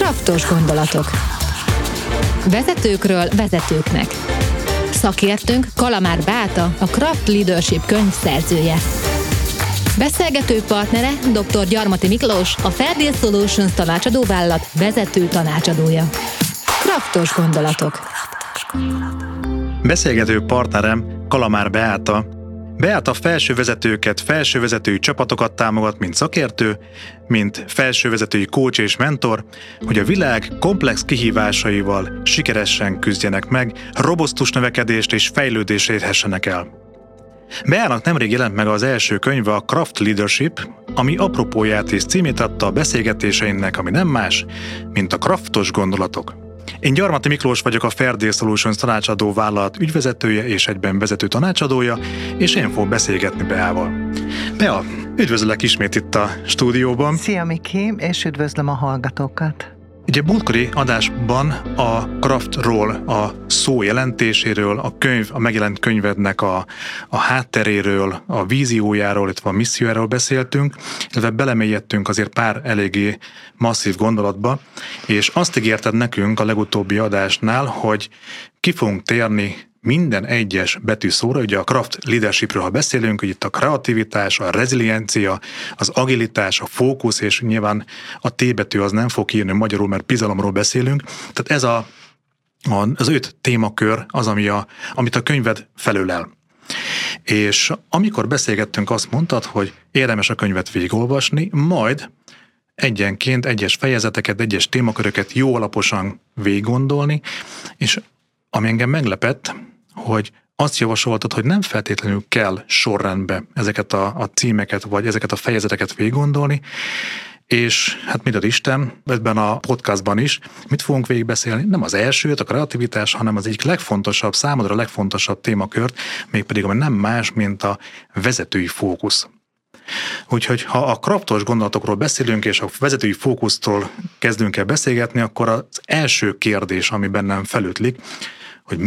Kraftos gondolatok. Vezetőkről vezetőknek. Szakértőnk Kalamár Beáta, a Craft Leadership könyv szerzője. Beszélgető partnere dr. Gyarmati Miklós, a Fair Solutions tanácsadóvállalat vezető tanácsadója. Kraftos gondolatok. Beszélgető partnerem Kalamár Beáta. Beáta felsővezetőket, felsővezetői csapatokat támogat, mint szakértő, mint felsővezetői coach és mentor, hogy a világ komplex kihívásaival sikeresen küzdjenek meg, robusztus növekedést és fejlődést érhessenek el. Beának nemrég jelent meg az első könyve, a Craft Leadership, ami apropóját és címét adta a beszélgetéseinknek, ami nem más, mint a kraftos gondolatok. Én Gyarmati Miklós vagyok, a Fair Solutions tanácsadó vállalat ügyvezetője és egyben vezető tanácsadója, és én fogok beszélgetni Beával. Bea, üdvözöllek ismét itt a stúdióban. Szia Miki, és üdvözlöm a hallgatókat. Ugye múltkori adásban a craftról, a szó jelentéséről, a megjelent könyvednek a hátteréről, a víziójáról, illetve a missziójáról beszéltünk, illetve belemélyedtünk azért pár eléggé masszív gondolatba, és azt ígérted nekünk a legutóbbi adásnál, hogy ki fogunk térni minden egyes betűszóra. Ugye a Craft Leadershipről, ha beszélünk, hogy itt a kreativitás, a reziliencia, az agilitás, a fókusz, és nyilván a T betű az nem fog kijönni magyarul, mert bizalomról beszélünk. Tehát ez az 5 témakör az, amit a könyved felölel. És amikor beszélgettünk, azt mondtad, hogy érdemes a könyvet végigolvasni, majd egyenként egyes fejezeteket, egyes témaköröket jó alaposan végiggondolni, és ami engem meglepett, hogy azt javasoltad, hogy nem feltétlenül kell sorrendbe ezeket a címeket, vagy ezeket a fejezeteket végiggondolni, és hát mit ad Isten, ebben a podcastban is, mit fogunk végigbeszélni? Nem az elsőt, a kreativitás, hanem az egyik legfontosabb, számodra legfontosabb témakört, mégpedig ami nem más, mint a vezetői fókusz. Úgyhogy ha a kraftos gondolatokról beszélünk, és a vezetői fókusztól kezdünk el beszélgetni, akkor az első kérdés, ami bennem felütlik, hogy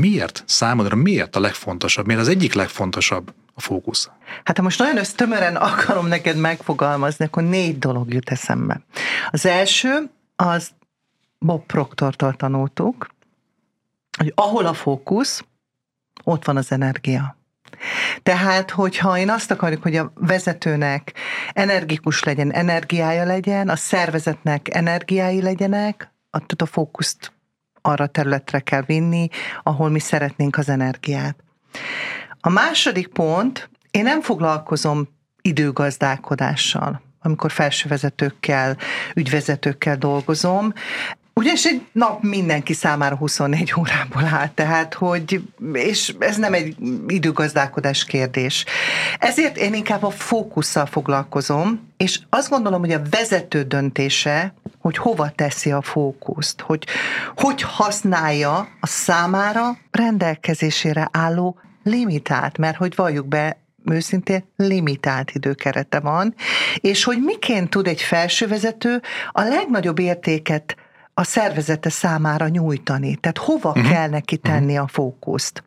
miért a legfontosabb, miért az egyik legfontosabb a fókusz? Hát ha most nagyon tömören akarom neked megfogalmazni, akkor 4 dolog jut eszembe. Az első, az Bob Proctortól tanultuk, hogy ahol a fókusz, ott van az energia. Tehát, hogyha én azt akarjuk, hogy a vezetőnek energikus legyen, energiája legyen, a szervezetnek energiái legyenek, a fókuszt arra területre kell vinni, ahol mi szeretnénk az energiát. A második pont, én nem foglalkozom időgazdálkodással, amikor felsővezetőkkel, ügyvezetőkkel dolgozom, ugyanis egy nap mindenki számára 24 órából áll, tehát, és ez nem egy időgazdálkodás kérdés. Ezért én inkább a fókusszal foglalkozom, és azt gondolom, hogy a vezető döntése, hogy hova teszi a fókuszt, hogy használja a számára rendelkezésére álló limitált, mert hogy valljuk be, őszintén limitált időkerete van, és hogy miként tud egy felsővezető a legnagyobb értéket a szervezete számára nyújtani. Tehát hova kell neki tenni a fókuszt.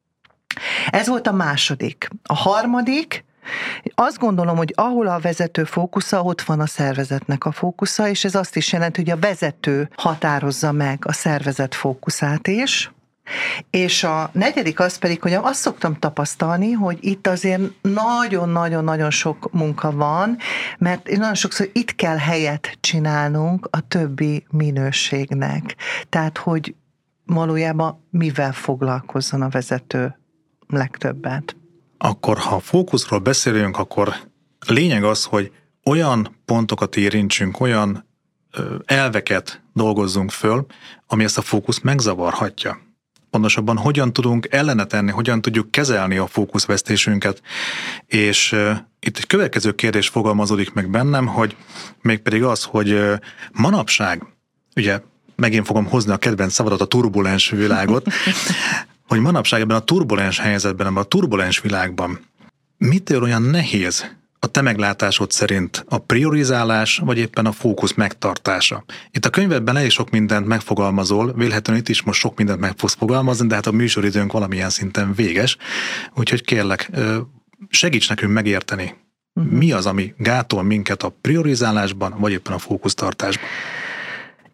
Ez volt a második. A harmadik, azt gondolom, hogy ahol a vezető fókusza, ott van a szervezetnek a fókusza, és ez azt is jelenti, hogy a vezető határozza meg a szervezet fókuszát is. És a negyedik az pedig, hogy azt szoktam tapasztalni, hogy itt azért nagyon-nagyon-nagyon sok munka van, mert nagyon sokszor itt kell helyet csinálnunk a többi minőségnek. Tehát, hogy valójában mivel foglalkozzon a vezető legtöbbet. Akkor, ha fókuszról beszélünk, akkor lényeg az, hogy olyan pontokat érintsünk, olyan elveket dolgozzunk föl, ami ezt a fókuszt megzavarhatja. Pontosabban hogyan tudunk ellene tenni, hogyan tudjuk kezelni a fókuszvesztésünket. És itt egy következő kérdés fogalmazódik meg bennem, hogy mégpedig az, hogy manapság, ugye megint fogom hozni a kedvenc szavadat, a turbulens világot, hogy manapság ebben a turbulens helyzetben, ebben a turbulens világban mitől olyan nehéz a te meglátásod szerint a priorizálás, vagy éppen a fókusz megtartása? Itt a könyvedben elég sok mindent megfogalmazol, vélhetően itt is most sok mindent meg fogsz fogalmazni, de hát a műsoridőnk valamilyen szinten véges, úgyhogy kérlek, segíts nekünk megérteni, mi az, ami gátol minket a priorizálásban, vagy éppen a fókusztartásban.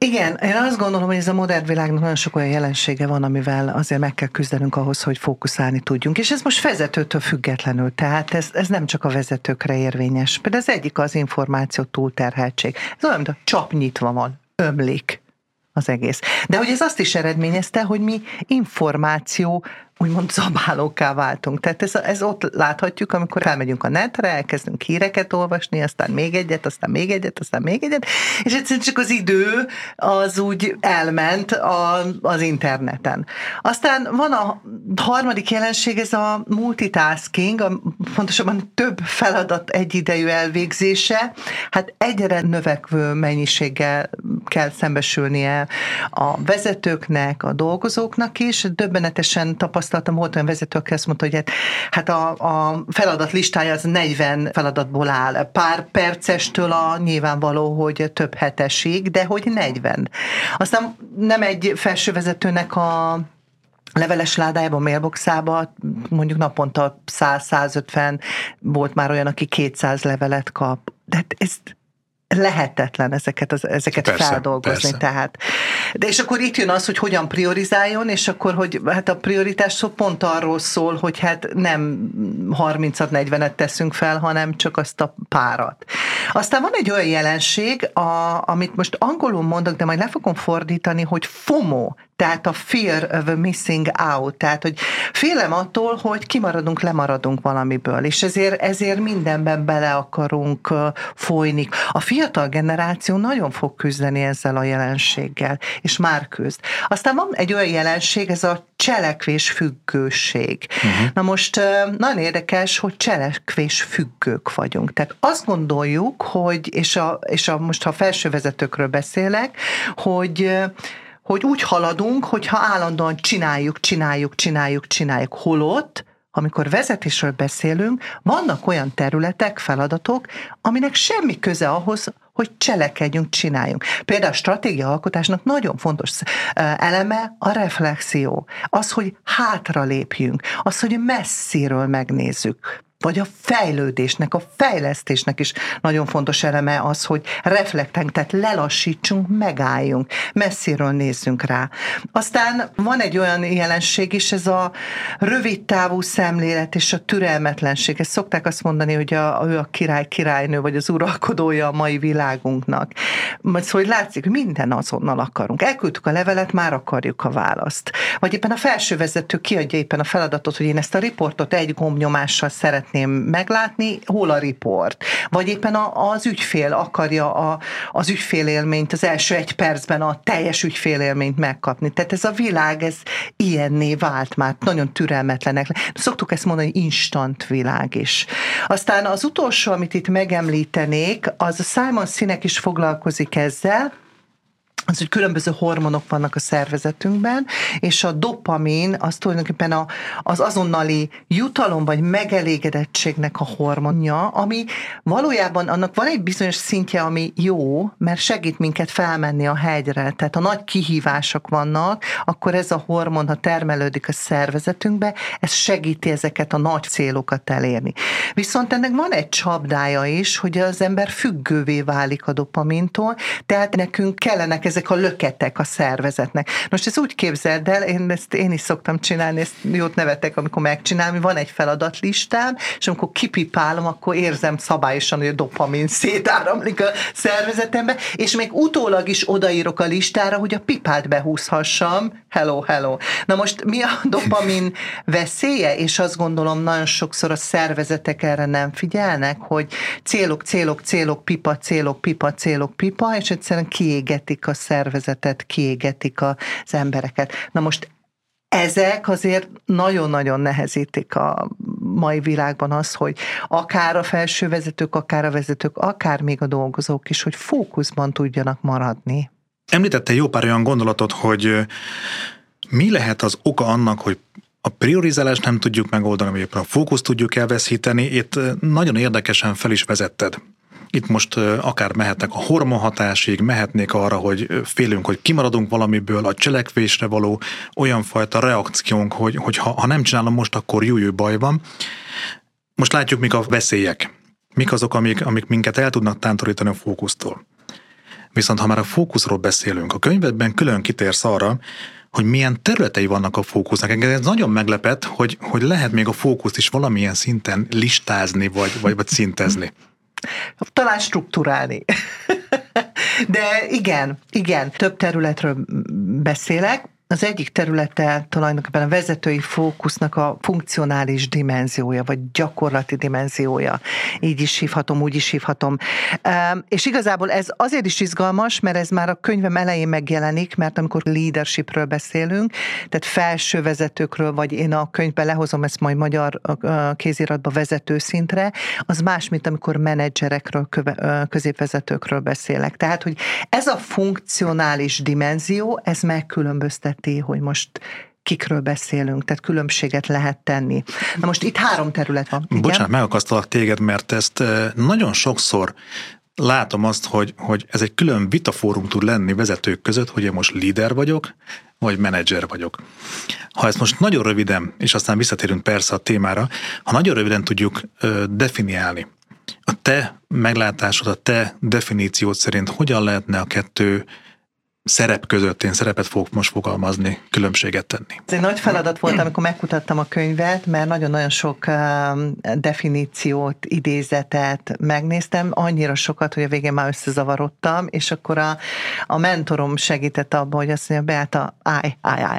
Igen, én azt gondolom, hogy ez a modern világnak nagyon sok olyan jelensége van, amivel azért meg kell küzdenünk ahhoz, hogy fókuszálni tudjunk. És ez most vezetőtől függetlenül, tehát ez nem csak a vezetőkre érvényes. Például az egyik az információ túlterheltség. Ez olyan, mint a csap nyitva van, ömlik az egész. De hogy ez azt is eredményezte, hogy mi információ úgymond zabálókká váltunk. Tehát ez ott láthatjuk, amikor elmegyünk a netre, elkezdünk híreket olvasni, aztán még egyet, aztán még egyet, aztán még egyet, és egyszerűen csak az idő az úgy elment az interneten. Aztán van a harmadik jelenség, ez a multitasking, pontosabban több feladat egyidejű elvégzése. Hát egyre növekvő mennyiséggel kell szembesülnie a vezetőknek, a dolgozóknak is. Döbbenetesen tapasztaltam, volt olyan vezető, aki azt mondta, hogy hát a feladat listája az 40 feladatból áll. Pár percestől a nyilvánvaló, hogy több hetesig, de hogy 40. Aztán nem egy felsővezetőnek a leveles ládájában, mailboxában mondjuk naponta 100-150, volt már olyan, aki 200 levelet kap. De ezt lehetetlen ezeket persze, feldolgozni. Persze. Tehát. De és akkor itt jön az, hogy hogyan priorizáljon, és akkor, hogy hát a prioritás szó pont arról szól, hogy hát nem 30-40-et teszünk fel, hanem csak azt a párat. Aztán van egy olyan jelenség, amit most angolul mondok, de majd le fogom fordítani, hogy FOMO, tehát a fear of missing out, tehát hogy félem attól, hogy lemaradunk valamiből, és ezért mindenben bele akarunk folyni. A fiatal generáció nagyon fog küzdeni ezzel a jelenséggel, és már küzd. Aztán van egy olyan jelenség, ez a cselekvésfüggőség. Na most nagyon érdekes, hogy cselekvésfüggők vagyunk. Tehát azt gondoljuk, hogy, most ha a felsővezetőkről beszélek, hogy úgy haladunk, hogyha állandóan csináljuk, holott, amikor vezetésről beszélünk, vannak olyan területek, feladatok, aminek semmi köze ahhoz, hogy cselekedjünk, csináljunk. Például a stratégiaalkotásnak nagyon fontos eleme a reflexió. Az, hogy hátralépjünk, az, hogy messziről megnézzük. Vagy a fejlődésnek, a fejlesztésnek is nagyon fontos eleme az, hogy reflektáljunk, tehát lelassítsunk, megálljunk, messziről nézzünk rá. Aztán van egy olyan jelenség is, ez a rövidtávú szemlélet és a türelmetlenség. Ezt szokták azt mondani, hogy ő a királynő, vagy az uralkodója a mai világunknak. Szóval, hogy látszik, hogy minden azonnal akarunk. Elküldtük a levelet, már akarjuk a választ. Vagy éppen a felsővezető kiadja éppen a feladatot, hogy én ezt a riportot egy gombnyomással szeretném meglátni, hol a riport. Vagy éppen az ügyfél akarja az ügyfélélményt, az első 1 percben a teljes ügyfélélményt megkapni. Tehát ez a világ, ez ilyenné vált már, nagyon türelmetlenek. Szoktuk ezt mondani, hogy instant világ is. Aztán az utolsó, amit itt megemlítenék, az a Simon Sinek is foglalkozik ezzel, az, hogy különböző hormonok vannak a szervezetünkben, és a dopamin az tulajdonképpen az azonnali jutalom vagy megelégedettségnek a hormonja, ami valójában annak van egy bizonyos szintje, ami jó, mert segít minket felmenni a hegyre. Tehát ha nagy kihívások vannak, akkor ez a hormon, ha termelődik a szervezetünkbe, ez segíti ezeket a nagy célokat elérni. Viszont ennek van egy csapdája is, hogy az ember függővé válik a dopamintól, tehát nekünk kellenek ezek a löketek a szervezetnek. Most ezt úgy képzeld el, én is szoktam csinálni, ezt jót nevetek, amikor megcsinálom, van egy feladatlistám, és amikor kipipálom, akkor érzem szabályosan, hogy a dopamin szétáramlik a szervezetembe, és még utólag is odaírok a listára, hogy a pipát behúzhassam. Hello. Na most mi a dopamin veszélye? És azt gondolom, nagyon sokszor a szervezetek erre nem figyelnek, hogy célok, pipa, és egyszerűen kiégetik a szervezetet, kiégetik az embereket. Na most ezek azért nagyon-nagyon nehezítik a mai világban az, hogy akár a felsővezetők, akár a vezetők, akár még a dolgozók is, hogy fókuszban tudjanak maradni. Említette jó pár olyan gondolatot, hogy mi lehet az oka annak, hogy a priorizálást nem tudjuk megoldani, vagy a fókuszt tudjuk elveszíteni. Itt nagyon érdekesen fel is vezetted. Itt most akár mehetnek a hormonhatásig, mehetnék arra, hogy félünk, hogy kimaradunk valamiből, a cselekvésre való olyan fajta reakciónk, hogy ha nem csinálom most, akkor jó baj van. Most látjuk, mik a veszélyek. Mik azok, amik minket el tudnak tántorítani a fókusztól. Viszont ha már a fókuszról beszélünk, a könyvedben külön kitérsz arra, hogy milyen területei vannak a fókusznak. Engem ez nagyon meglepett, hogy lehet még a fókuszt is valamilyen szinten listázni, vagy szintezni. Talán strukturálni. De igen, több területről beszélek. Az egyik területe tulajdonképpen a vezetői fókusznak a funkcionális dimenziója, vagy gyakorlati dimenziója. Így is hívhatom, úgy is hívhatom. És igazából ez azért is izgalmas, mert ez már a könyvem elején megjelenik, mert amikor leadershipről beszélünk, tehát felső vezetőkről, vagy én a könyvben lehozom ezt majd magyar kéziratba vezető szintre, az más, mint amikor menedzserekről, középvezetőkről beszélek. Tehát, hogy ez a funkcionális dimenzió, ez megkülönböztet, hogy most kikről beszélünk, tehát különbséget lehet tenni. Na most itt 3 terület van. Igen? Bocsánat, megakasztalak téged, mert ezt nagyon sokszor látom azt, hogy ez egy külön vitafórum tud lenni vezetők között, hogy én most líder vagyok, vagy menedzser vagyok. Ha ezt most nagyon röviden, és aztán visszatérünk persze a témára, ha nagyon röviden tudjuk definiálni, a te meglátásod, a te definíciód szerint hogyan lehetne a 2 szerep között, én szerepet fogok most fogalmazni, különbséget tenni. Ez egy nagy feladat volt, amikor megkutattam a könyvet, mert nagyon-nagyon sok definíciót, idézetet megnéztem, annyira sokat, hogy a végén már összezavarodtam, és akkor a mentorom segített abban, hogy azt mondja, Beáta, állj.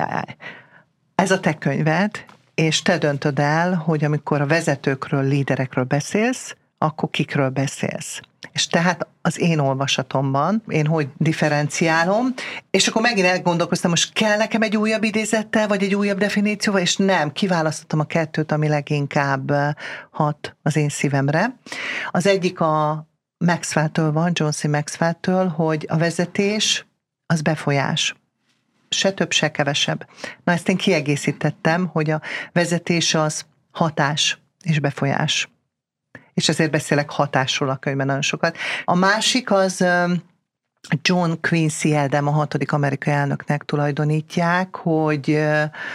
Ez a te könyved, és te döntöd el, hogy amikor a vezetőkről, líderekről beszélsz, akkor kikről beszélsz. És tehát az én olvasatomban, én hogy differenciálom, és akkor megint elgondolkoztam, most kell nekem egy újabb idézettel, vagy egy újabb definícióval, és nem, kiválasztottam a 2, ami leginkább hat az én szívemre. Az egyik a Maxwell-től van, John C. Maxwell-től, hogy a vezetés az befolyás. Se több, se kevesebb. Na ezt én kiegészítettem, hogy a vezetés az hatás és befolyás. És ezért beszélek hatásról a könyvben nagyon sokat. A másik az John Quincy Adams, a 6. amerikai elnöknek tulajdonítják, hogy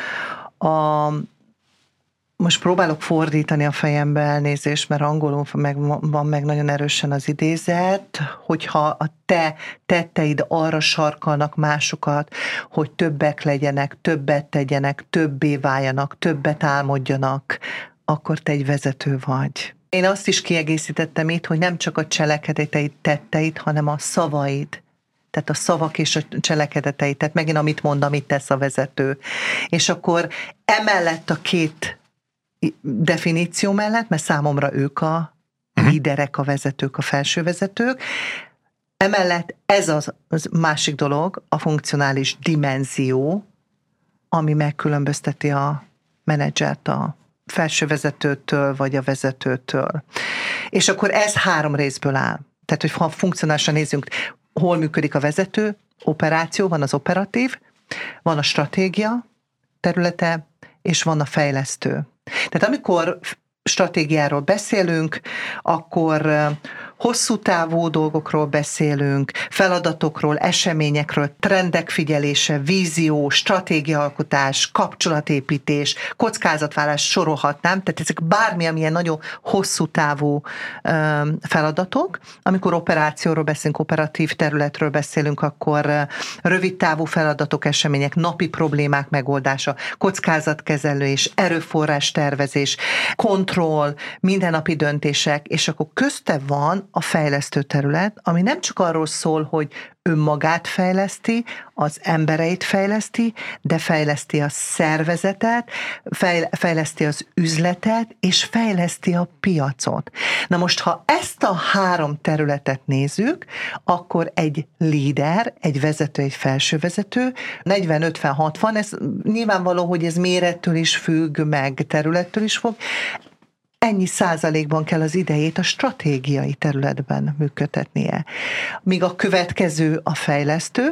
most próbálok fordítani a fejembe, elnézést, mert angolul van meg nagyon erősen az idézet, hogyha a te tetteid arra sarkalnak másokat, hogy többek legyenek, többet tegyenek, többé váljanak, többet álmodjanak, akkor te egy vezető vagy. Én azt is kiegészítettem itt, hogy nem csak a cselekedeteid, tetteid, hanem a szavaid. Tehát a szavak és a cselekedeteid. Tehát megint amit mond, amit tesz a vezető. És akkor emellett a 2 definíció mellett, mert számomra ők a líderek, a vezetők, a felső vezetők, emellett ez az másik dolog, a funkcionális dimenzió, ami megkülönbözteti a menedzsert a felsővezetőtől, vagy a vezetőtől. És akkor ez 3 részből áll. Tehát, hogy ha funkcionálisan nézzünk, hol működik a vezető, operáció, van az operatív, van a stratégia területe, és van a fejlesztő. Tehát amikor stratégiáról beszélünk, akkor hosszú távú dolgokról beszélünk, feladatokról, eseményekről, trendek figyelése, vízió, stratégiaalkotás, kapcsolatépítés, kockázatvállalás, sorolhatnám, tehát ezek bármi, amilyen nagyon hosszú távú feladatok. Amikor operációról beszélünk, operatív területről beszélünk, akkor rövid távú feladatok, események, napi problémák megoldása, kockázatkezelés, erőforrás tervezés, kontroll, mindennapi döntések, és akkor közte van a fejlesztő terület, ami nem csak arról szól, hogy önmagát fejleszti, az embereit fejleszti, de fejleszti a szervezetet, fejleszti az üzletet, és fejleszti a piacot. Na most, ha ezt a 3 területet nézzük, akkor egy líder, egy vezető, egy felsővezető, 40-50-60, ez nyilvánvaló, hogy ez mérettől is függ, meg területtől is fog, ennyi százalékban kell az idejét a stratégiai területben működtetnie. Míg a következő a fejlesztő,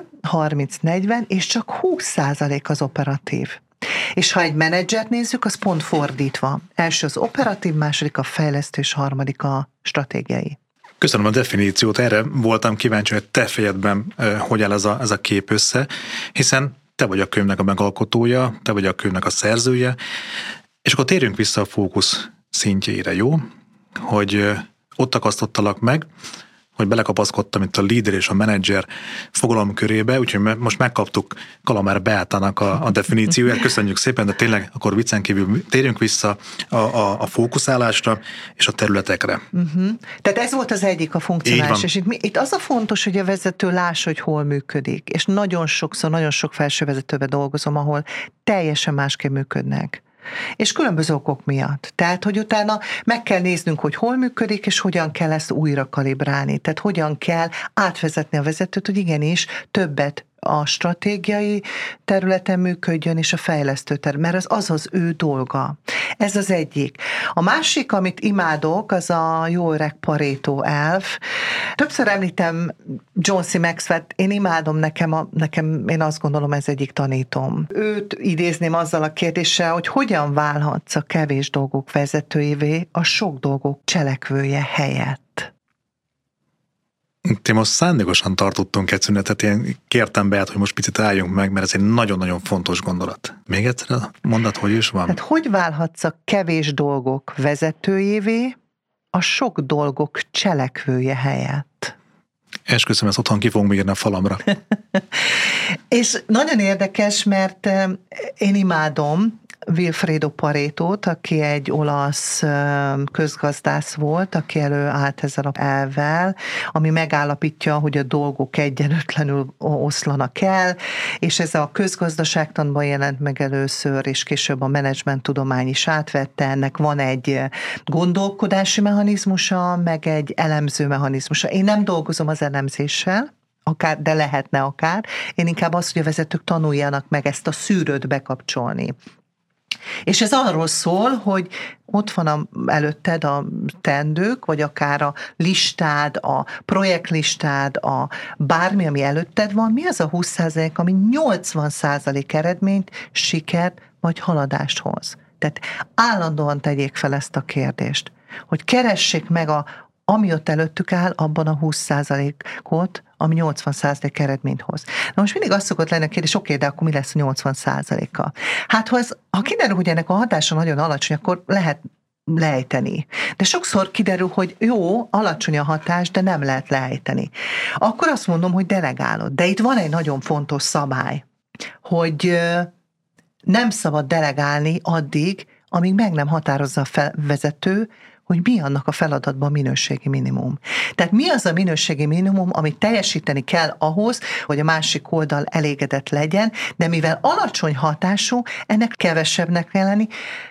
30-40, és csak 20% az operatív. És ha egy menedzsert nézzük, az pont fordítva. Első az operatív, második a fejlesztő, és harmadik a stratégiai. Köszönöm a definíciót, erre voltam kíváncsi, hogy te fejedben hogy áll ez a kép össze, hiszen te vagy a könyvnek a megalkotója, te vagy a könyvnek a szerzője, és akkor térjünk vissza a fókusz szintjére, jó? Hogy ott akasztottalak meg, hogy belekapaszkodtam itt a líder és a menedzser fogalomkörébe, úgyhogy most megkaptuk Kalamár Beátának a definícióját. Köszönjük szépen, de tényleg akkor viccen kívül térjünk vissza a fókuszálásra és a területekre. Tehát ez volt az egyik, a funkcionális. És itt az a fontos, hogy a vezető lássa, hogy hol működik. És nagyon sokszor, nagyon sok felsővezetőben dolgozom, ahol teljesen másképp működnek. És különböző okok miatt. Tehát, hogy utána meg kell néznünk, hogy hol működik, és hogyan kell ezt újra kalibrálni. Tehát hogyan kell átvezetni a vezetőt, hogy igenis többet a stratégiai területen működjön, és a fejlesztő terület, mert az ő dolga. Ez az egyik. A másik, amit imádok, az a jó öreg Pareto elv. Többször említem John C. Maxwell-t, én imádom, nekem én azt gondolom, ez egyik tanítom. Őt idézném azzal a kérdéssel, hogy hogyan válhatsz a kevés dolgok vezetőjévé a sok dolgok cselekvője helyett. Ti most szándékosan tartottunk egy szünetet, én kértem Beát, hogy most picit álljunk meg, mert ez egy nagyon-nagyon fontos gondolat. Még egyszer a mondat, hogy is van? Tehát hogy válhatsz a kevés dolgok vezetőjévé a sok dolgok cselekvője helyett? Esküszöm, ezt otthon ki fogunk írni a falamra. És nagyon érdekes, mert én imádom Vilfredo Paretót, aki egy olasz közgazdász volt, aki előállt ezzel a elvvel, ami megállapítja, hogy a dolgok egyenlőtlenül oszlanak el, és ez a közgazdaságtanban jelent meg először, és később a menedzsmenttudomány is átvette, ennek van egy gondolkodási mechanizmusa, meg egy elemző mechanizmusa. Én nem dolgozom az elemzéssel, de lehetne akár. Én inkább azt, hogy a vezetők tanuljanak meg ezt a szűrőt bekapcsolni. És ez arról szól, hogy ott van előtted a teendők, vagy akár a listád, a projektlistád, a bármi, ami előtted van, mi az a 20%, ami 80% eredményt, sikert vagy haladást hoz. Tehát állandóan tegyék fel ezt a kérdést, hogy keressék meg ami ott előttük áll, abban a 20%-ot, ami 80% eredményt hoz. Na most mindig azt szokott lenni a kérdés, oké, de akkor mi lesz a 80%-a? Hát ha kiderül, hogy ennek a hatása nagyon alacsony, akkor lehet lejteni. De sokszor kiderül, hogy jó, alacsony a hatás, de nem lehet lejteni. Akkor azt mondom, hogy delegálod. De itt van egy nagyon fontos szabály, hogy nem szabad delegálni addig, amíg meg nem határozza a vezető, hogy mi annak a feladatban a minőségi minimum. Tehát mi az a minőségi minimum, amit teljesíteni kell ahhoz, hogy a másik oldal elégedett legyen, de mivel alacsony hatású, ennek kevesebbnek kell lenni,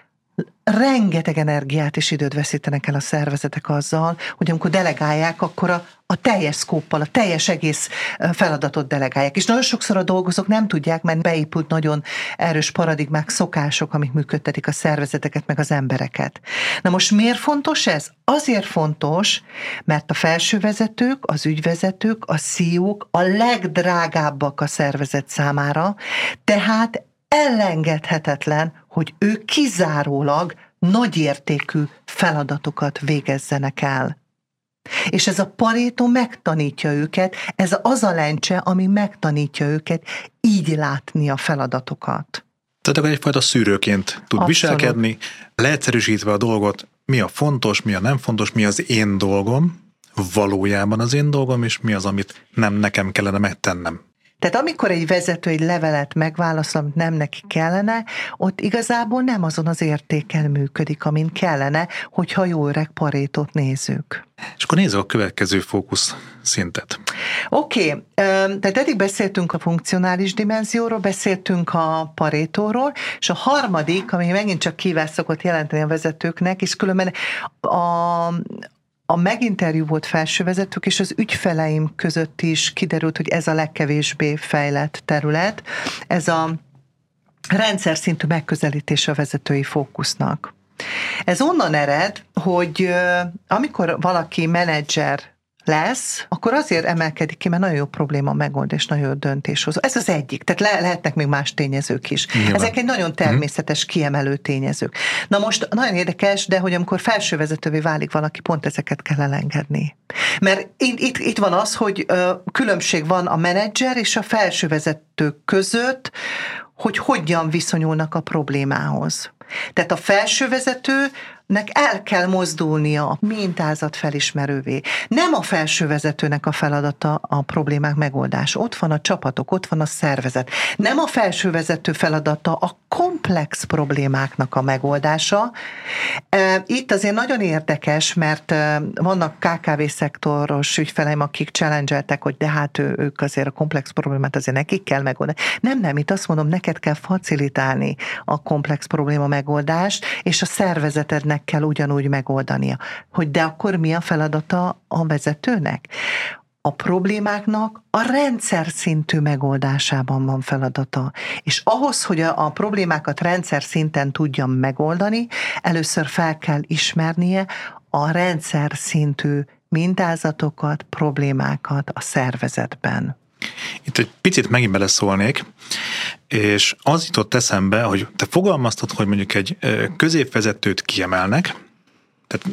rengeteg energiát és időt veszítenek el a szervezetek azzal, hogy amikor delegálják, akkor a teljes szkóppal, a teljes egész feladatot delegálják. És nagyon sokszor a dolgozók nem tudják, mert beépült nagyon erős paradigmák, szokások, amik működtetik a szervezeteket, meg az embereket. Na most miért fontos ez? Azért fontos, mert a felsővezetők, az ügyvezetők, a CEO-k a legdrágábbak a szervezet számára, tehát elengedhetetlen, hogy ők kizárólag nagyértékű feladatokat végezzenek el. És ez a Pareto megtanítja őket, ez az a lencse, ami megtanítja őket így látni a feladatokat. Tehát akkor egyfajta szűrőként tud Abszolút viselkedni, leegyszerűsítve a dolgot, mi a fontos, mi a nem fontos, mi az én dolgom, valójában az én dolgom, és mi az, amit nem nekem kellene megtennem. Tehát amikor egy vezető egy levelet megválaszol, amit nem neki kellene, ott igazából nem azon az értéken működik, amin kellene, hogyha jó öreg Paretót nézzük. És akkor nézzük a következő fókusz szintet. Oké, tehát eddig beszéltünk a funkcionális dimenzióról, beszéltünk a Paretóról, és a harmadik, ami megint csak kihívást szokott jelenteni a vezetőknek, és különben a meginterjú volt felsővezetők, és az ügyfeleim között is kiderült, hogy ez a legkevésbé fejlett terület. Ez a rendszer szintű megközelítés a vezetői fókusznak. Ez onnan ered, hogy amikor valaki menedzser lesz, akkor azért emelkedik ki, mert nagyon jó probléma megoldás, nagyon jó döntéshozó. Ez az egyik. Tehát lehetnek még más tényezők is. Nyilván. Ezek egy nagyon természetes, kiemelő tényezők. Na most nagyon érdekes, de hogy amikor felsővezetővé válik valaki, pont ezeket kell elengedni. Mert itt van az, hogy különbség van a menedzser és a felsővezetők között, hogy hogyan viszonyulnak a problémához. Tehát a felsővezető el kell mozdulnia a mintázat felismerővé. Nem a felső vezetőnek a feladata a problémák megoldása. Ott van a csapatok, ott van a szervezet. Nem a felső vezető feladata a komplex problémáknak a megoldása. Itt azért nagyon érdekes, mert vannak KKV-szektoros ügyfeleim, akik challenge-eltek, hogy de hát ők azért a komplex problémát azért nekik kell megoldani. Nem, itt azt mondom, neked kell facilitálni a komplex probléma megoldást, és a szervezetednek kell ugyanúgy megoldania. Hogy de akkor mi a feladata a vezetőnek? A problémáknak a rendszer szintű megoldásában van feladata. És ahhoz, hogy a problémákat rendszer szinten tudjam megoldani, először fel kell ismernie a rendszer szintű mintázatokat, problémákat a szervezetben. Itt egy picit megint beleszólnék, és az jutott eszembe, hogy te fogalmaztad, hogy mondjuk egy középvezetőt kiemelnek, tehát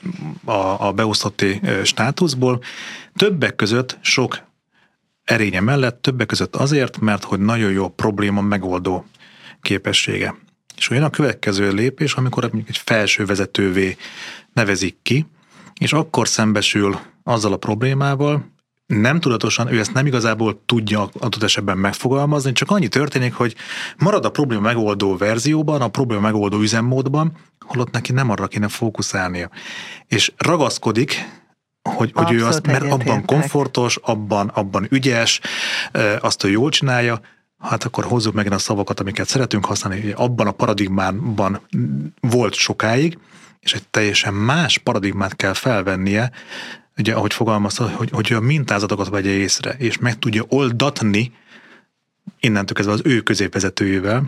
a beosztotti státuszból, többek között sok erénye mellett, többek között azért, mert hogy nagyon jó probléma megoldó képessége. És olyan a következő lépés, amikor mondjuk egy felső vezetővé nevezik ki, és akkor szembesül azzal a problémával, nem tudatosan, ő ezt nem igazából tudja adott esetben megfogalmazni, csak annyi történik, hogy marad a probléma megoldó verzióban, a probléma megoldó üzemmódban, holott neki nem arra kéne fókuszálnia. És ragaszkodik, hogy ő azt, mert abban komfortos, abban ügyes, azt ő jól csinálja, hát akkor hozzuk megint a szavakat, amiket szeretünk használni, hogy abban a paradigmában volt sokáig, és egy teljesen más paradigmát kell felvennie, ugye, ahogy fogalmazta, hogy a mintázatokat vegye észre, és meg tudja oldatni innentől kezdve az ő középvezetőjével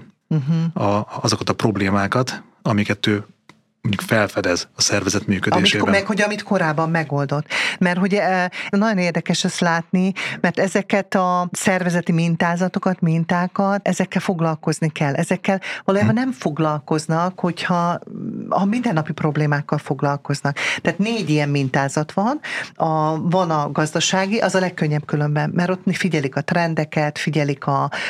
azokat a problémákat, amiket ő mondjuk felfedez a szervezet működésében. Amit korábban megoldott. Mert hogy nagyon érdekes ezt látni, mert ezeket a szervezeti mintákat, ezekkel foglalkozni kell. Ezekkel valójában nem foglalkoznak, hogyha a mindennapi problémákkal foglalkoznak. Tehát 4 ilyen mintázat van. Van a gazdasági, az a legkönnyebb különben, mert ott figyelik a trendeket, figyelik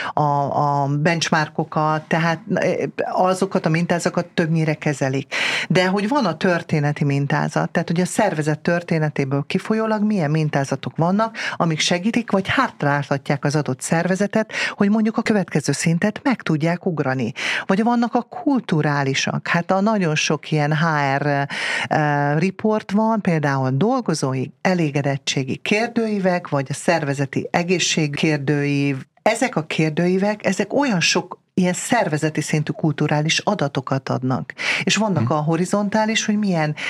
a benchmarkokat, tehát azokat a mintázatokat többnyire kezelik. De hogy van a történeti mintázat, tehát hogy a szervezet történetéből kifolyólag milyen mintázatok vannak, amik segítik, vagy hátráltatják az adott szervezetet, hogy mondjuk a következő szintet meg tudják ugrani. Vagy vannak a kulturálisak. Hát a nagyon sok ilyen HR report van, például dolgozói elégedettségi kérdőívek, vagy a szervezeti egészség kérdőív. Ezek a kérdőívek, ezek olyan sok ilyen szervezeti szintű kulturális adatokat adnak. És vannak a horizontális, hogy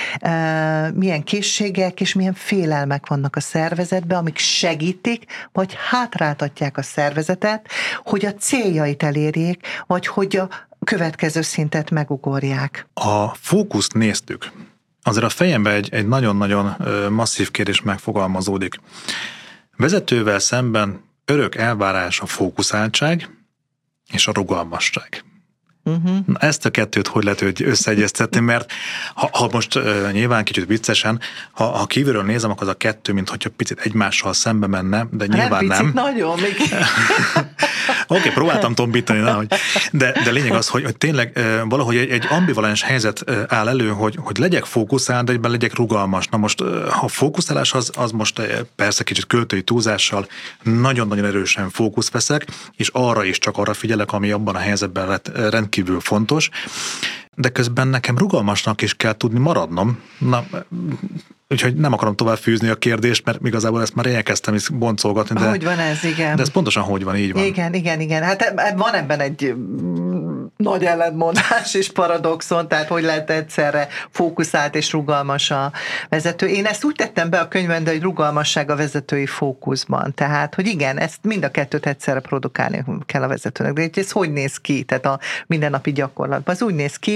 milyen készségek és milyen félelmek vannak a szervezetben, amik segítik, vagy hátráltatják a szervezetet, hogy a céljait elérjék, vagy hogy a következő szintet megugorják. A fókuszt néztük. Azért a fejemben egy nagyon-nagyon masszív kérdés megfogalmazódik. Vezetővel szemben örök elvárás a fókuszáltság és a rugalmasság. Na, ezt a kettőt hogy lehet összeegyeztetni, mert ha most nyilván kicsit viccesen, ha kívülről nézem, akkor az a kettő, mint hogyha picit egymással szembe menne, de nyilván nem. Nagyon, még. Oké, próbáltam tombítani, de lényeg az, hogy tényleg valahogy egy ambivalens helyzet áll elő, hogy legyek fókuszál, de egyben legyek rugalmas. Na most, ha fókuszálás az most persze kicsit költői túlzással nagyon-nagyon erősen fókusz veszek, és arra is csak arra figyelek, ami abban a helyzetben rendkívül fontos, de közben nekem rugalmasnak is kell tudni maradnom. Na, úgyhogy nem akarom tovább fűzni a kérdést, mert igazából ezt már elkezdtem is boncolgatni. Hogy van ez, igen. De ez pontosan hogy van, így van. Igen. Hát van ebben egy nagy ellentmondás és paradoxon, tehát hogy lehet egyszerre fókuszált és rugalmas a vezető. Én ezt úgy tettem be a könyvben, de hogy rugalmasság a vezetői fókuszban. Tehát, hogy igen, ezt mind a kettőt egyszerre produkálni kell a vezetőnek. De ez hogy néz ki? Tehát a mindennapi gyakorlatban. Az úgy néz ki,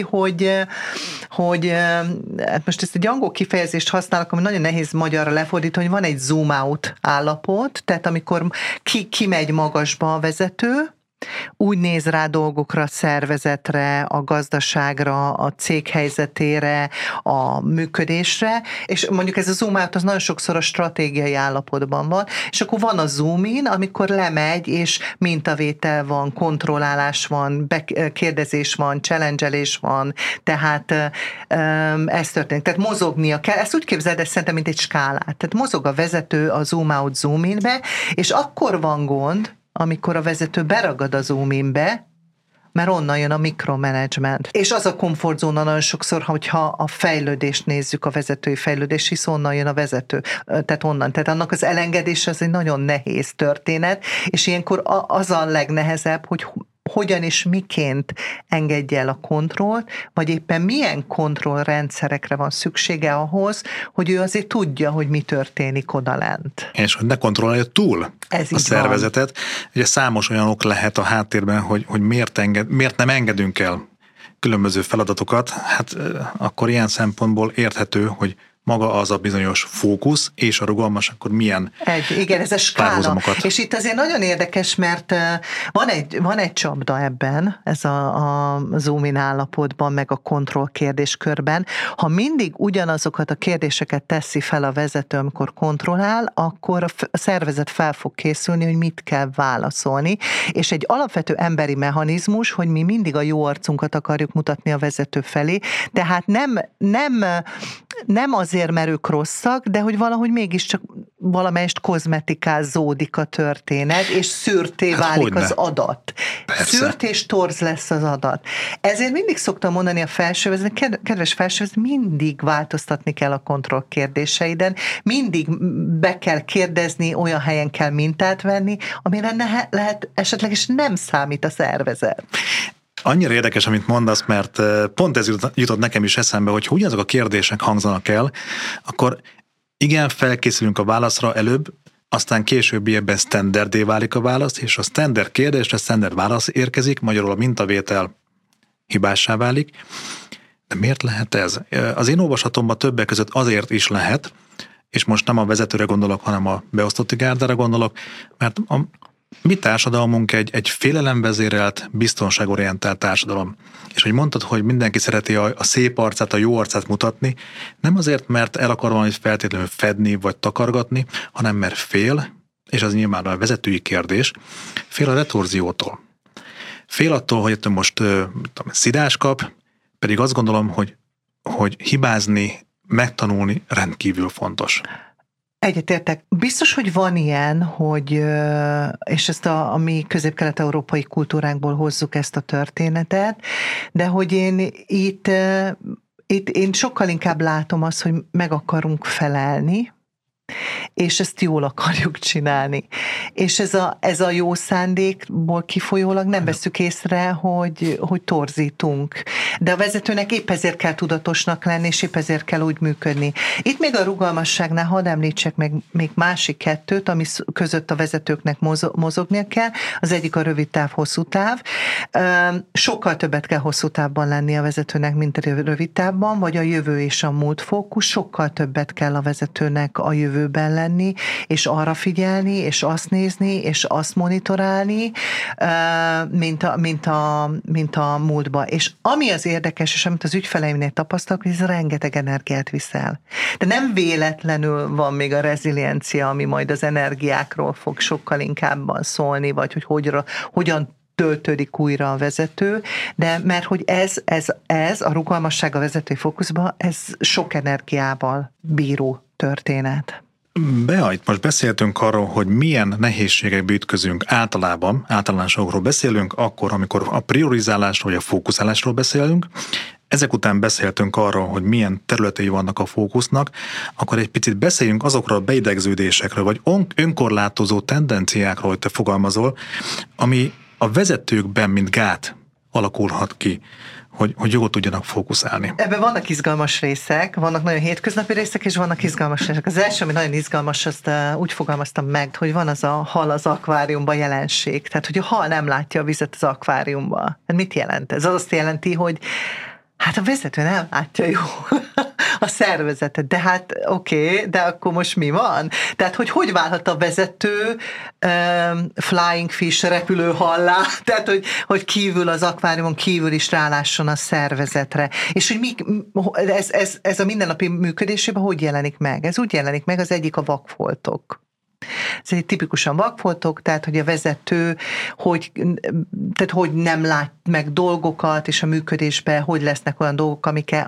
hogy hát most ezt egy angol kifejezést használok, ami nagyon nehéz magyarra lefordítani, hogy van egy zoom out állapot, tehát amikor kimegy magasba a vezető, úgy néz rá dolgokra, a szervezetre, a gazdaságra, a cég helyzetére, a működésre, és mondjuk ez a zoom out az nagyon sokszor a stratégiai állapotban van, és akkor van a zoom in, amikor lemegy, és mintavétel van, kontrollálás van, kérdezés van, challenge-elés van, tehát ez történik. Tehát mozognia kell, ezt úgy képzeld, ez szerintem, mint egy skálát. Tehát mozog a vezető a zoom out, zoom inbe, és akkor van gond, amikor a vezető beragad a zoom inbe, mert onnan jön a mikromanagement. És az a komfortzóna nagyon sokszor, hogyha a fejlődést nézzük, a vezetői fejlődést, hisz onnan jön a vezető. Tehát onnan. Tehát annak az elengedése az egy nagyon nehéz történet, és ilyenkor az a legnehezebb, hogy hogyan és miként engedje el a kontrollt, vagy éppen milyen kontrollrendszerekre van szüksége ahhoz, hogy ő azért tudja, hogy mi történik odalent. És hogy ne kontrollálja túl a szervezetet. Ugye számos olyan ok lehet a háttérben, hogy miért nem engedünk el különböző feladatokat, hát akkor ilyen szempontból érthető, hogy maga az a bizonyos fókusz és a rugalmas, akkor milyen igen, ez a skála. És itt azért nagyon érdekes, mert van egy csapda ebben, ez a zoom-in állapotban, meg a kontroll kérdéskörben. Ha mindig ugyanazokat a kérdéseket teszi fel a vezető, amikor kontrollál, akkor a szervezet fel fog készülni, hogy mit kell válaszolni. És egy alapvető emberi mechanizmus, hogy mi mindig a jó arcunkat akarjuk mutatni a vezető felé, tehát nem azért, mert ők rosszak, de hogy valahogy mégiscsak valamelyest kozmetikázódik a történet, és szürté válik az adat. Persze. Szürt és torz lesz az adat. Ezért mindig szoktam mondani a felsővezetőnek, kedves felsővezető, mindig változtatni kell a kontroll kérdéseiden, mindig be kell kérdezni, olyan helyen kell mintát venni, amire lehet esetleg is nem számít a szervezet. Annyira érdekes, amit mondasz, mert pont ez jutott nekem is eszembe, hogy ugyanazok a kérdések hangzanak el, akkor igen, felkészülünk a válaszra előbb, aztán későbbiekben standardé válik a válasz, és a standard kérdésre standard válasz érkezik, magyarul a mintavétel hibássá válik. De miért lehet ez? Az én olvasatomban többek között azért is lehet, és most nem a vezetőre gondolok, hanem a beosztotti gárdára gondolok, mert a mi társadalmunk egy félelemvezérelt, biztonságorientált társadalom. És hogy mondtad, hogy mindenki szereti a szép arcát, a jó arcát mutatni, nem azért, mert el akar valamit feltétlenül fedni vagy takargatni, hanem mert fél, és az nyilván a vezetői kérdés, fél a retorziótól. Fél attól, hogy itt most szidás kap, pedig azt gondolom, hogy hibázni, megtanulni rendkívül fontos. Egyetértek. Biztos, hogy van ilyen, hogy, és ezt a mi közép-kelet-európai kultúránkból hozzuk ezt a történetet, de hogy én itt én sokkal inkább látom azt, hogy meg akarunk felelni, és ezt jól akarjuk csinálni. És ez a jó szándékból kifolyólag nem vesszük észre, hogy torzítunk. De a vezetőnek épp ezért kell tudatosnak lenni, és épp ezért kell úgy működni. Itt még a rugalmasságnál hadd említsek meg még másik kettőt, ami között a vezetőknek mozognia kell. Az egyik a rövid táv, hosszú táv. Sokkal többet kell hosszú távban lenni a vezetőnek, mint a rövid távban, vagy a jövő és a múlt fókusz. Sokkal többet kell a vezetőnek a jövőben lenni, és arra figyelni, és azt nézni, és azt monitorálni, mint a múltba. És ami az érdekes, és amit az ügyfeleimnél tapasztalok, hogy ez rengeteg energiát viszel. De nem véletlenül van még a reziliencia, ami majd az energiákról fog sokkal inkább szólni, vagy hogy hogyan töltődik újra a vezető, de mert hogy ez a rugalmasság a vezetői fókuszban, ez sok energiával bíró történet. Itt most beszéltünk arról, hogy milyen nehézségekbe ütközünk általánosokról beszélünk, akkor, amikor a priorizálásról vagy a fókuszálásról beszélünk. Ezek után beszéltünk arról, hogy milyen területei vannak a fókusznak, akkor egy picit beszéljünk azokról a beidegződésekről, vagy önkorlátozó tendenciákról, hogy te fogalmazol, ami a vezetőkben, mint gát alakulhat ki, hogy jól tudjanak fókuszálni. Ebben vannak izgalmas részek, vannak nagyon hétköznapi részek, és vannak izgalmas részek. Az első, ami nagyon izgalmas, azt úgy fogalmaztam meg, hogy van az a hal az akváriumban jelenség. Tehát, hogy a hal nem látja a vizet az akváriumban. Hát mit jelent ez? Az azt jelenti, hogy hát a vezető nem látja jól a szervezetet. De hát oké, de akkor most mi van? Tehát, hogy válhat a vezető flying fish, repülő hallá, tehát, hogy kívül az akváriumon kívül is rálásson a szervezetre. És hogy ez a mindennapi működésében hogy jelenik meg? Ez úgy jelenik meg, az egyik a vakfoltok. Ez egy tipikusan vakfoltok, tehát hogy a vezető hogy nem lát meg dolgokat, és a működésben hogy lesznek olyan dolgok,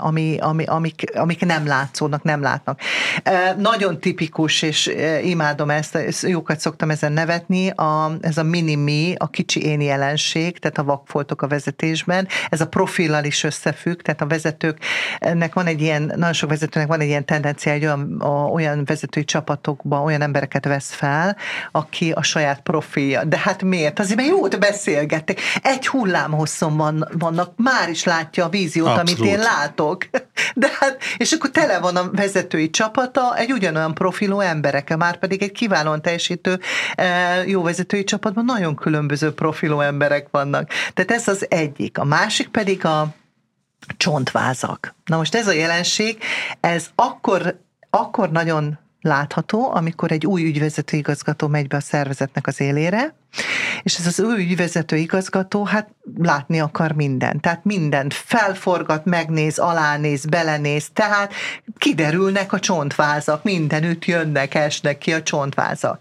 amik nem látszódnak, nem látnak. Nagyon tipikus, és imádom ezt, jókat szoktam ezen nevetni, ez a mini-mi, a kicsi én jelenség, tehát a vakfoltok a vezetésben, ez a profillal is összefügg, tehát a vezetőknek van egy ilyen, nagyon sok vezetőnek van egy ilyen tendencia, hogy olyan vezetői csapatokban olyan embereket vesz fel, aki a saját profilja. De hát miért? Azért, mert jót beszélgettek. Egy hullámhosszon vannak, már is látja a víziót, abszolút, amit én látok. De hát, és akkor tele van a vezetői csapata egy ugyanolyan profilú emberekkel, már pedig egy kiválóan teljesítő jó vezetői csapatban nagyon különböző profilú emberek vannak. Tehát ez az egyik. A másik pedig a csontvázak. Na most ez a jelenség, ez akkor nagyon látható, amikor egy új ügyvezető igazgató megy be a szervezetnek az élére, és ez az új ügyvezető igazgató hát látni akar mindent. Tehát mindent felforgat, megnéz, alánéz, belenéz, tehát kiderülnek a csontvázak, mindenütt jönnek, esnek ki a csontvázak.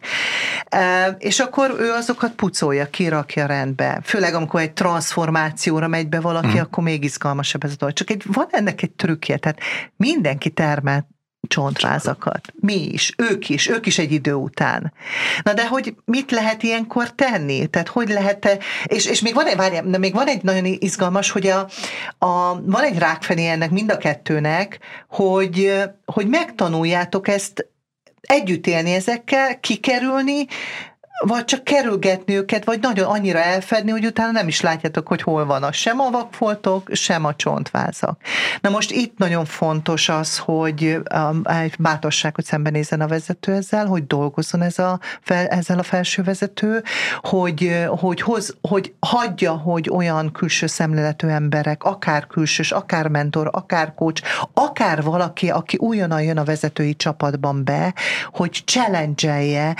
És akkor ő azokat pucolja, kirakja rendbe. Főleg amikor egy transformációra megy be valaki, akkor még izgalmasabb ez a dolog. Csak van ennek egy trükkje, tehát mindenki termel csontvázakat. Mi is, ők is egy idő után. Na de hogy mit lehet ilyenkor tenni? Tehát hogy lehet, és még van egy nagyon izgalmas, hogy van egy rákfené ennek mind a kettőnek, hogy megtanuljátok ezt együtt élni ezekkel, kikerülni, vagy csak kerülgetni őket, vagy nagyon annyira elfedni, hogy utána nem is látjátok, hogy hol van sem a vakfoltok, sem a csontvázak. Na most itt nagyon fontos az, hogy egy bátorságot szembenézzen a vezető ezzel, hogy dolgozzon ezzel a felső vezető, hogy hagyja, hogy olyan külső szemléletű emberek, akár külsős, akár mentor, akár coach, akár valaki, aki újonnan jön a vezetői csapatban be, hogy challenge-elje,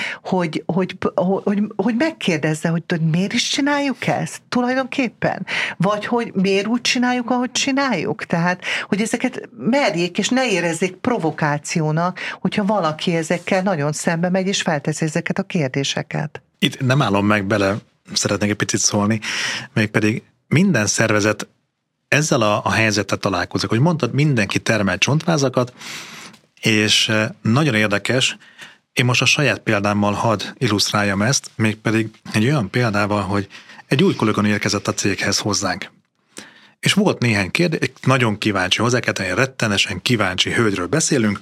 hogy megkérdezze, hogy miért is csináljuk ezt tulajdonképpen? Vagy hogy miért úgy csináljuk, ahogy csináljuk? Tehát, hogy ezeket merjék, és ne érezzék provokációnak, hogyha valaki ezekkel nagyon szembe megy, és felteszi ezeket a kérdéseket. Itt nem állom meg bele, szeretnék egy picit szólni, mégpedig minden szervezet ezzel a helyzettel találkozik, hogy mondtad, mindenki termel csontvázakat, és nagyon érdekes, én most a saját példámmal hadd illusztráljam ezt, mégpedig egy olyan példával, hogy egy új kolléganő érkezett a céghez hozzánk. És volt néhány kérdés, nagyon kíváncsi hozzá, egy rettenesen kíváncsi hölgyről beszélünk,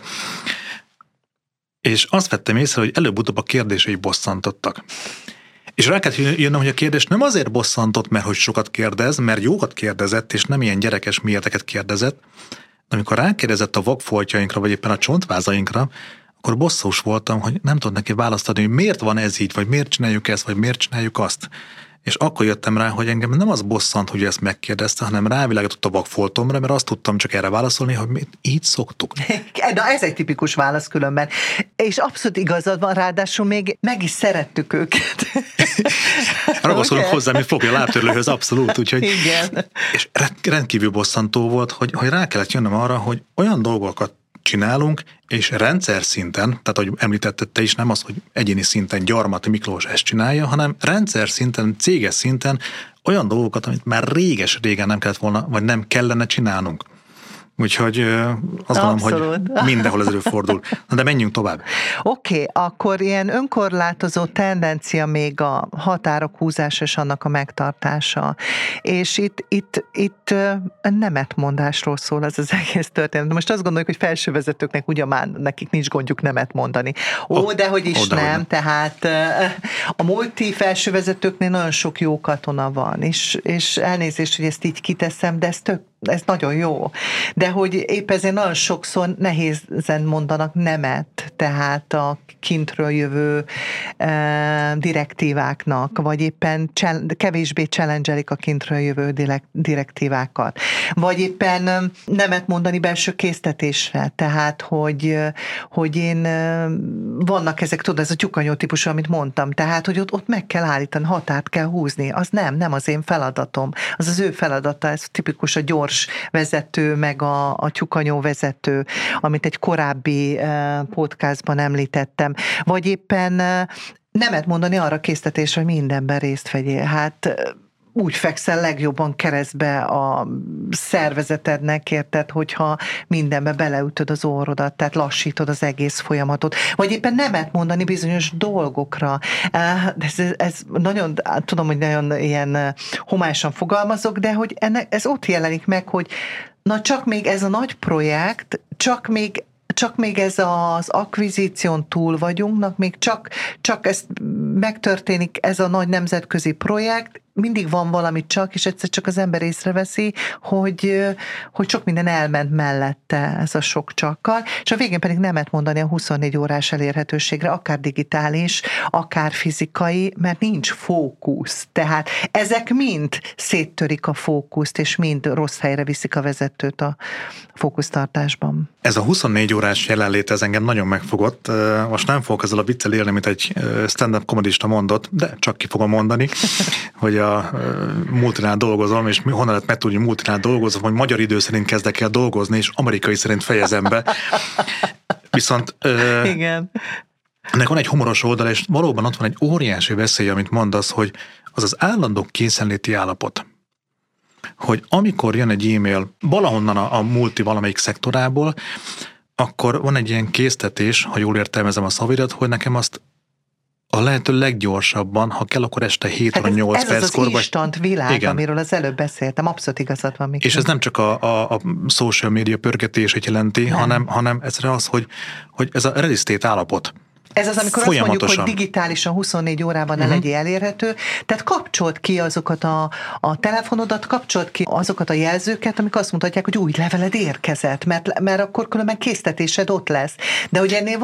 és azt vettem észre, hogy előbb-utóbb a kérdései bosszantottak. És rá kellett jönnöm, hogy a kérdés nem azért bosszantott, mert hogy sokat kérdez, mert jókat kérdezett, és nem ilyen gyerekes méreteket kérdezett, de amikor rákérdezett a vakfoltjainkra, vagy éppen a csontvázainkra, akkor bosszús voltam, hogy nem tudod neki választani, hogy miért van ez így, vagy miért csináljuk ezt, vagy miért csináljuk azt. És akkor jöttem rá, hogy engem nem az bosszant, hogy ezt megkérdezte, hanem rávilágított a vakfoltomra, mert azt tudtam csak erre válaszolni, hogy mi így szoktuk. Na ez egy tipikus válasz különben. És abszolút igazad van, ráadásul még meg is szerettük őket. Ragaszolunk hozzá, mint fogja lábtörlőhöz, abszolút. Úgyhogy, igen. És rendkívül bosszantó volt, hogy rá kellett jönnöm arra, hogy olyan dolgokat csinálunk, és rendszer szinten, tehát ahogy említetted te is, nem az, hogy egyéni szinten Gyarmati Miklós ezt csinálja, hanem rendszer szinten, céges szinten olyan dolgokat, amit már régen nem kellett volna, vagy nem kellene csinálnunk. Úgyhogy azt gondolom, hogy mindenhol ez előfordul. Na de menjünk tovább. Oké, akkor ilyen önkorlátozó tendencia még a határok húzása és annak a megtartása. És itt nemetmondásról szól az egész történet. Most azt gondoljuk, hogy felsővezetőknek ugye már nekik nincs gondjuk nemet mondani. Dehogy is nem. Tehát a multi felsővezetőknél nagyon sok jó katona van, és elnézést, hogy ezt így kiteszem, de ez tök ez nagyon jó. De hogy épp ezért nagyon sokszor nehézen mondanak nemet, tehát a kintről jövő direktíváknak, vagy éppen kevésbé challenge-elik a kintről jövő direktívákat. Vagy éppen nemet mondani belső késztetésre, tehát hogy én vannak ezek, tudod, ez a tyúkanyó típusú, amit mondtam, tehát hogy ott meg kell állítani, határt kell húzni, az nem az én feladatom, az ő feladata, ez tipikus a gyors vezető, meg a tyúkanyó vezető, amit egy korábbi podcastban említettem, vagy éppen nemet mondani arra késztetésre, hogy mindenben részt vegyél. Hát úgy fekszel legjobban keresztbe a szervezetednek, érted, hogyha mindenbe beleütöd az orrodat, tehát lassítod az egész folyamatot. Vagy éppen nemet mondani bizonyos dolgokra. Ez nagyon, tudom, hogy nagyon ilyen homályosan fogalmazok, de hogy ez ott jelenik meg, hogy na csak még ez a nagy projekt, csak még ez az akvizíción túl vagyunk, még csak ez megtörténik, ez a nagy nemzetközi projekt, mindig van valami csak, és egyszer csak az ember észreveszi, hogy sok minden elment mellette ez a sok csakkal, és a végén pedig nemet mondani a 24 órás elérhetőségre, akár digitális, akár fizikai, mert nincs fókusz. Tehát ezek mind széttörik a fókuszt, és mind rossz helyre viszik a vezetőt a fókusztartásban. Ez a 24 órás jelenlét, ez engem nagyon megfogott. Most nem fogok ezzel a viccel élni, mint egy stand-up komedista mondott, de csak ki fogom mondani, hogy a multinál dolgozom, és honnan lehet megtudni, hogy multinál dolgozom, hogy magyar idő szerint kezdek el dolgozni, és amerikai szerint fejezem be. Viszont igen. Ennek van egy humoros oldal, és valóban ott van egy óriási veszély, amit mondasz, hogy az állandó készenléti állapot. Hogy amikor jön egy e-mail valahonnan a multi valamelyik szektorából, akkor van egy ilyen késztetés, ha jól értelmezem a szavirat, hogy nekem azt a lehető leggyorsabban, ha kell, akkor este 7 óra 8 perckor. Ez az instant világ, igen, amiről az előbb beszéltem, abszolút igazad van. És ez nem csak a social media pörgetését jelenti, hanem egyszerűen az, hogy ez a ready state állapot. Ez az, amikor azt mondjuk, hogy digitálisan 24 órában ne legyél elérhető, tehát kapcsold ki azokat a telefonodat, kapcsold ki azokat a jelzőket, amik azt mutatják, hogy új leveled érkezett, mert akkor különben késztetésed ott lesz. De hogy ennél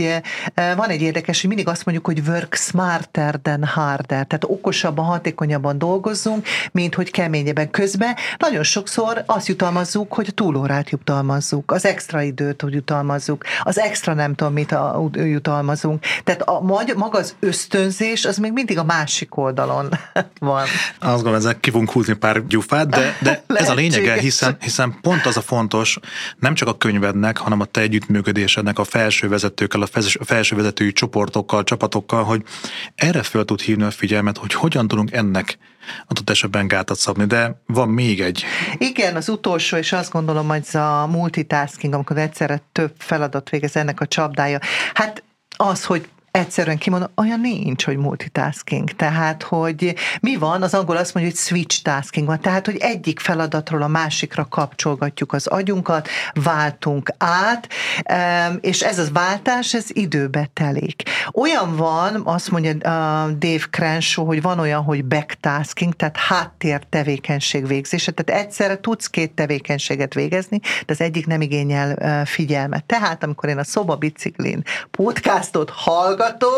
van egy érdekes, hogy mindig azt mondjuk, hogy work smarter than harder, tehát okosabban, hatékonyabban dolgozzunk, mint hogy keményebben. Közben nagyon sokszor azt jutalmazzuk, hogy a túlórát jutalmazzuk, az extra időt, hogy jutalmazzuk, az extra nem tudom mit jutalmazzuk. Tehát maga az ösztönzés, az még mindig a másik oldalon van. Azt gondolom, ezzel ki fogunk húzni pár gyufát, de ez a lényege, hiszen pont az a fontos, nem csak a könyvednek, hanem a te együttműködésednek a felső vezetőkkel, a felső vezetői csoportokkal, csapatokkal, hogy erre fel tud hívni a figyelmet, hogy hogyan tudunk ennek adott esetben gátat szabni, de van még egy. Igen, az utolsó, és azt gondolom, hogy ez a multitasking, amikor egyszerre több feladat végez, ennek a csapdája. Hát az, hogy egyszerűen kimondom, olyan nincs, hogy multitasking. Tehát, hogy mi van, az angol azt mondja, hogy switch tasking van. Tehát, hogy egyik feladatról a másikra kapcsolgatjuk az agyunkat, váltunk át, és ez az váltás, ez időbe telik. Olyan van, azt mondja Dave Crenshaw, hogy van olyan, hogy backtasking, tehát háttér tevékenység végzése, tehát egyszerre tudsz két tevékenységet végezni, de az egyik nem igényel figyelmet. Tehát, amikor én a szobabiciklin podcastot hallgatok,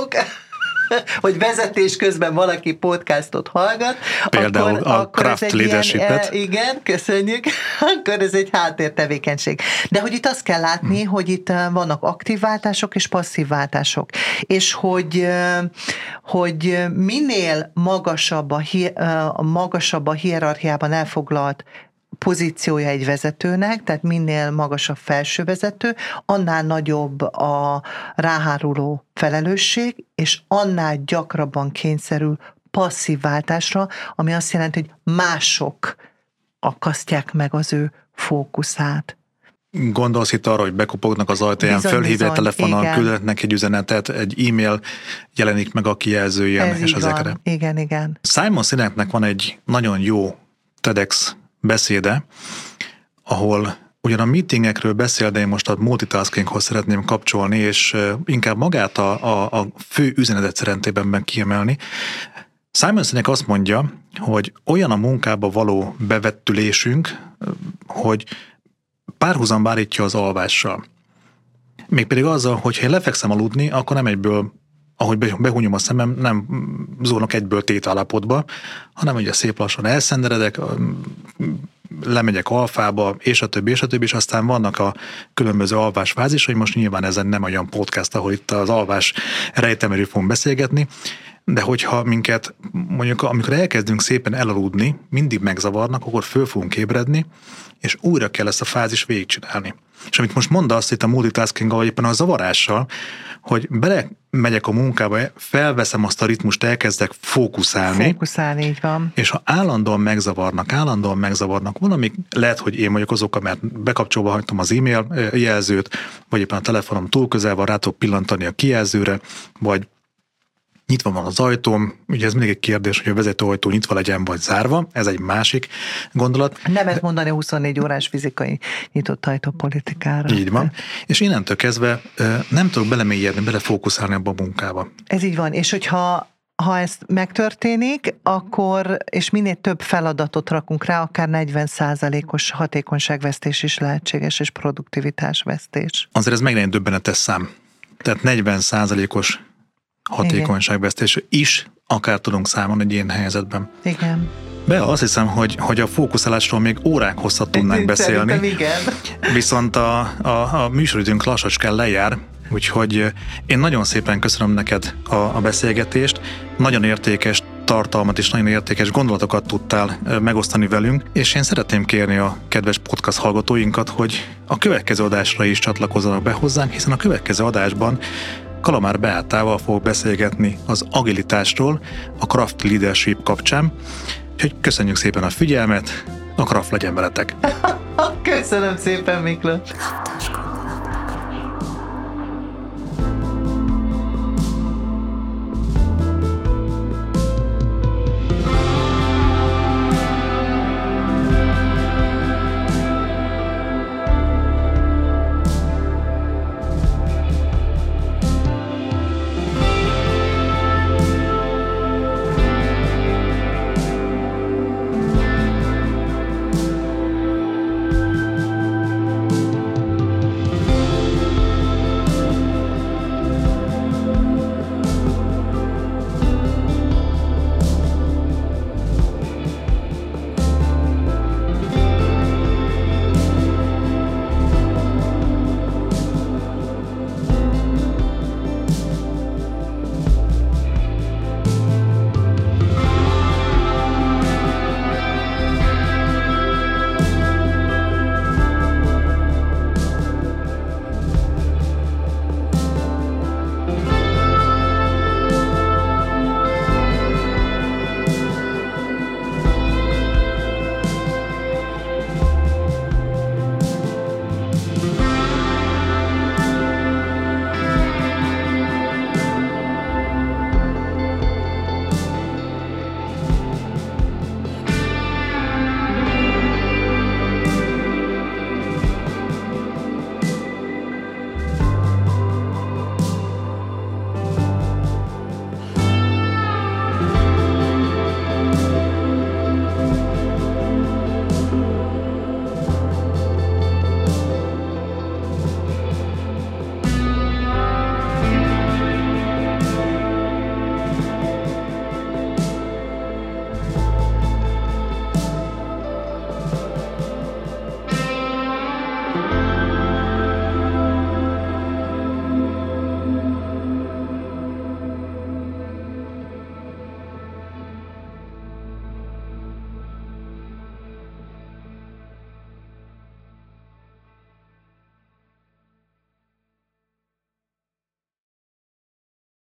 hogy vezetés közben valaki podcastot hallgat, például a Craft Leadership-et. Igen, köszönjük. Akkor ez egy háttértevékenység. De hogy itt azt kell látni, hogy itt vannak aktív váltások és passzív váltások. És hogy minél magasabb a hierarchiában elfoglalt pozíciója egy vezetőnek, tehát minél magasabb felsővezető, annál nagyobb a ráháruló felelősség, és annál gyakrabban kényszerül passzív váltásra, ami azt jelenti, hogy mások akasztják meg az ő fókuszát. Gondolsz itt arra, hogy bekopognak az ajtaján, fölhívja a telefonon, küldetnek egy üzenetet, egy e-mail jelenik meg a kijelzőjén, ez és ezekre. Igen. Simon Sineknek van egy nagyon jó TEDx beszéde, ahol ugyan a meetingekről beszél, de én most a multitaskinghoz szeretném kapcsolni, és inkább magát a fő üzenetet szeretném kiemelni. Simon Sinek azt mondja, hogy olyan a munkába való bevettülésünk, hogy párhuzamba állítja az alvással. Mégpedig azzal, hogy ha én lefekszem aludni, akkor nem egyből, ahogy behúnyom a szemem, nem zúrnak egyből tétállapotba, hanem ugye szép lassan elszenderedek, lemegyek alfába, és a többi, és aztán vannak a különböző alvásfázisai, most nyilván ezen nem olyan podcast, ahol itt az alvás rejteméről fogunk beszélgetni, de hogyha minket, mondjuk amikor elkezdünk szépen elaludni, mindig megzavarnak, akkor föl fogunk ébredni, és újra kell ezt a fázis végigcsinálni. És amit most mondasz itt a multitasking-gal, vagy éppen a zavarással, hogy belemegyek a munkába, felveszem azt a ritmust, elkezdek fókuszálni. Fókuszálni, így van. És ha állandóan megzavarnak, valami lehet, hogy én vagyok azok, mert bekapcsolva hagytam az e-mail jelzőt, vagy éppen a telefonom túl közel van, rá tudok pillantani a kijelzőre, vagy nyitva van az ajtóm, ugye ez mindig egy kérdés, hogy a vezetőajtó nyitva legyen vagy zárva, ez egy másik gondolat. Nem ezt mondani a 24 órás fizikai nyitott ajtópolitikára. Így van. És innentől kezdve nem tudok belemélyedni, belefókuszálni abba a munkába. Ez így van, és hogyha ez megtörténik, akkor, és minél több feladatot rakunk rá, akár 40%-os hatékonyságvesztés is lehetséges, és produktivitásvesztés. Azért ez meg egy döbbenetes szám. Tehát 40%-os hatékonyságvesztés is akár tudunk számolni egy ilyen helyzetben. Igen. Azt hiszem, hogy a fókuszálásról még órák hosszat tudnánk beszélni. Igen. Viszont a műsoridőnk lassacskán lejár, úgyhogy én nagyon szépen köszönöm neked a beszélgetést. Nagyon értékes tartalmat és nagyon értékes gondolatokat tudtál megosztani velünk, és én szeretném kérni a kedves podcast hallgatóinkat, hogy a következő adásra is csatlakozzanak be hozzánk, hiszen a következő adásban Kalamár Beátával fogok beszélgetni az agilitásról a Craft Leadership kapcsán. Úgyhogy köszönjük szépen a figyelmet, a Craft legyen veletek! Köszönöm szépen, Miklós!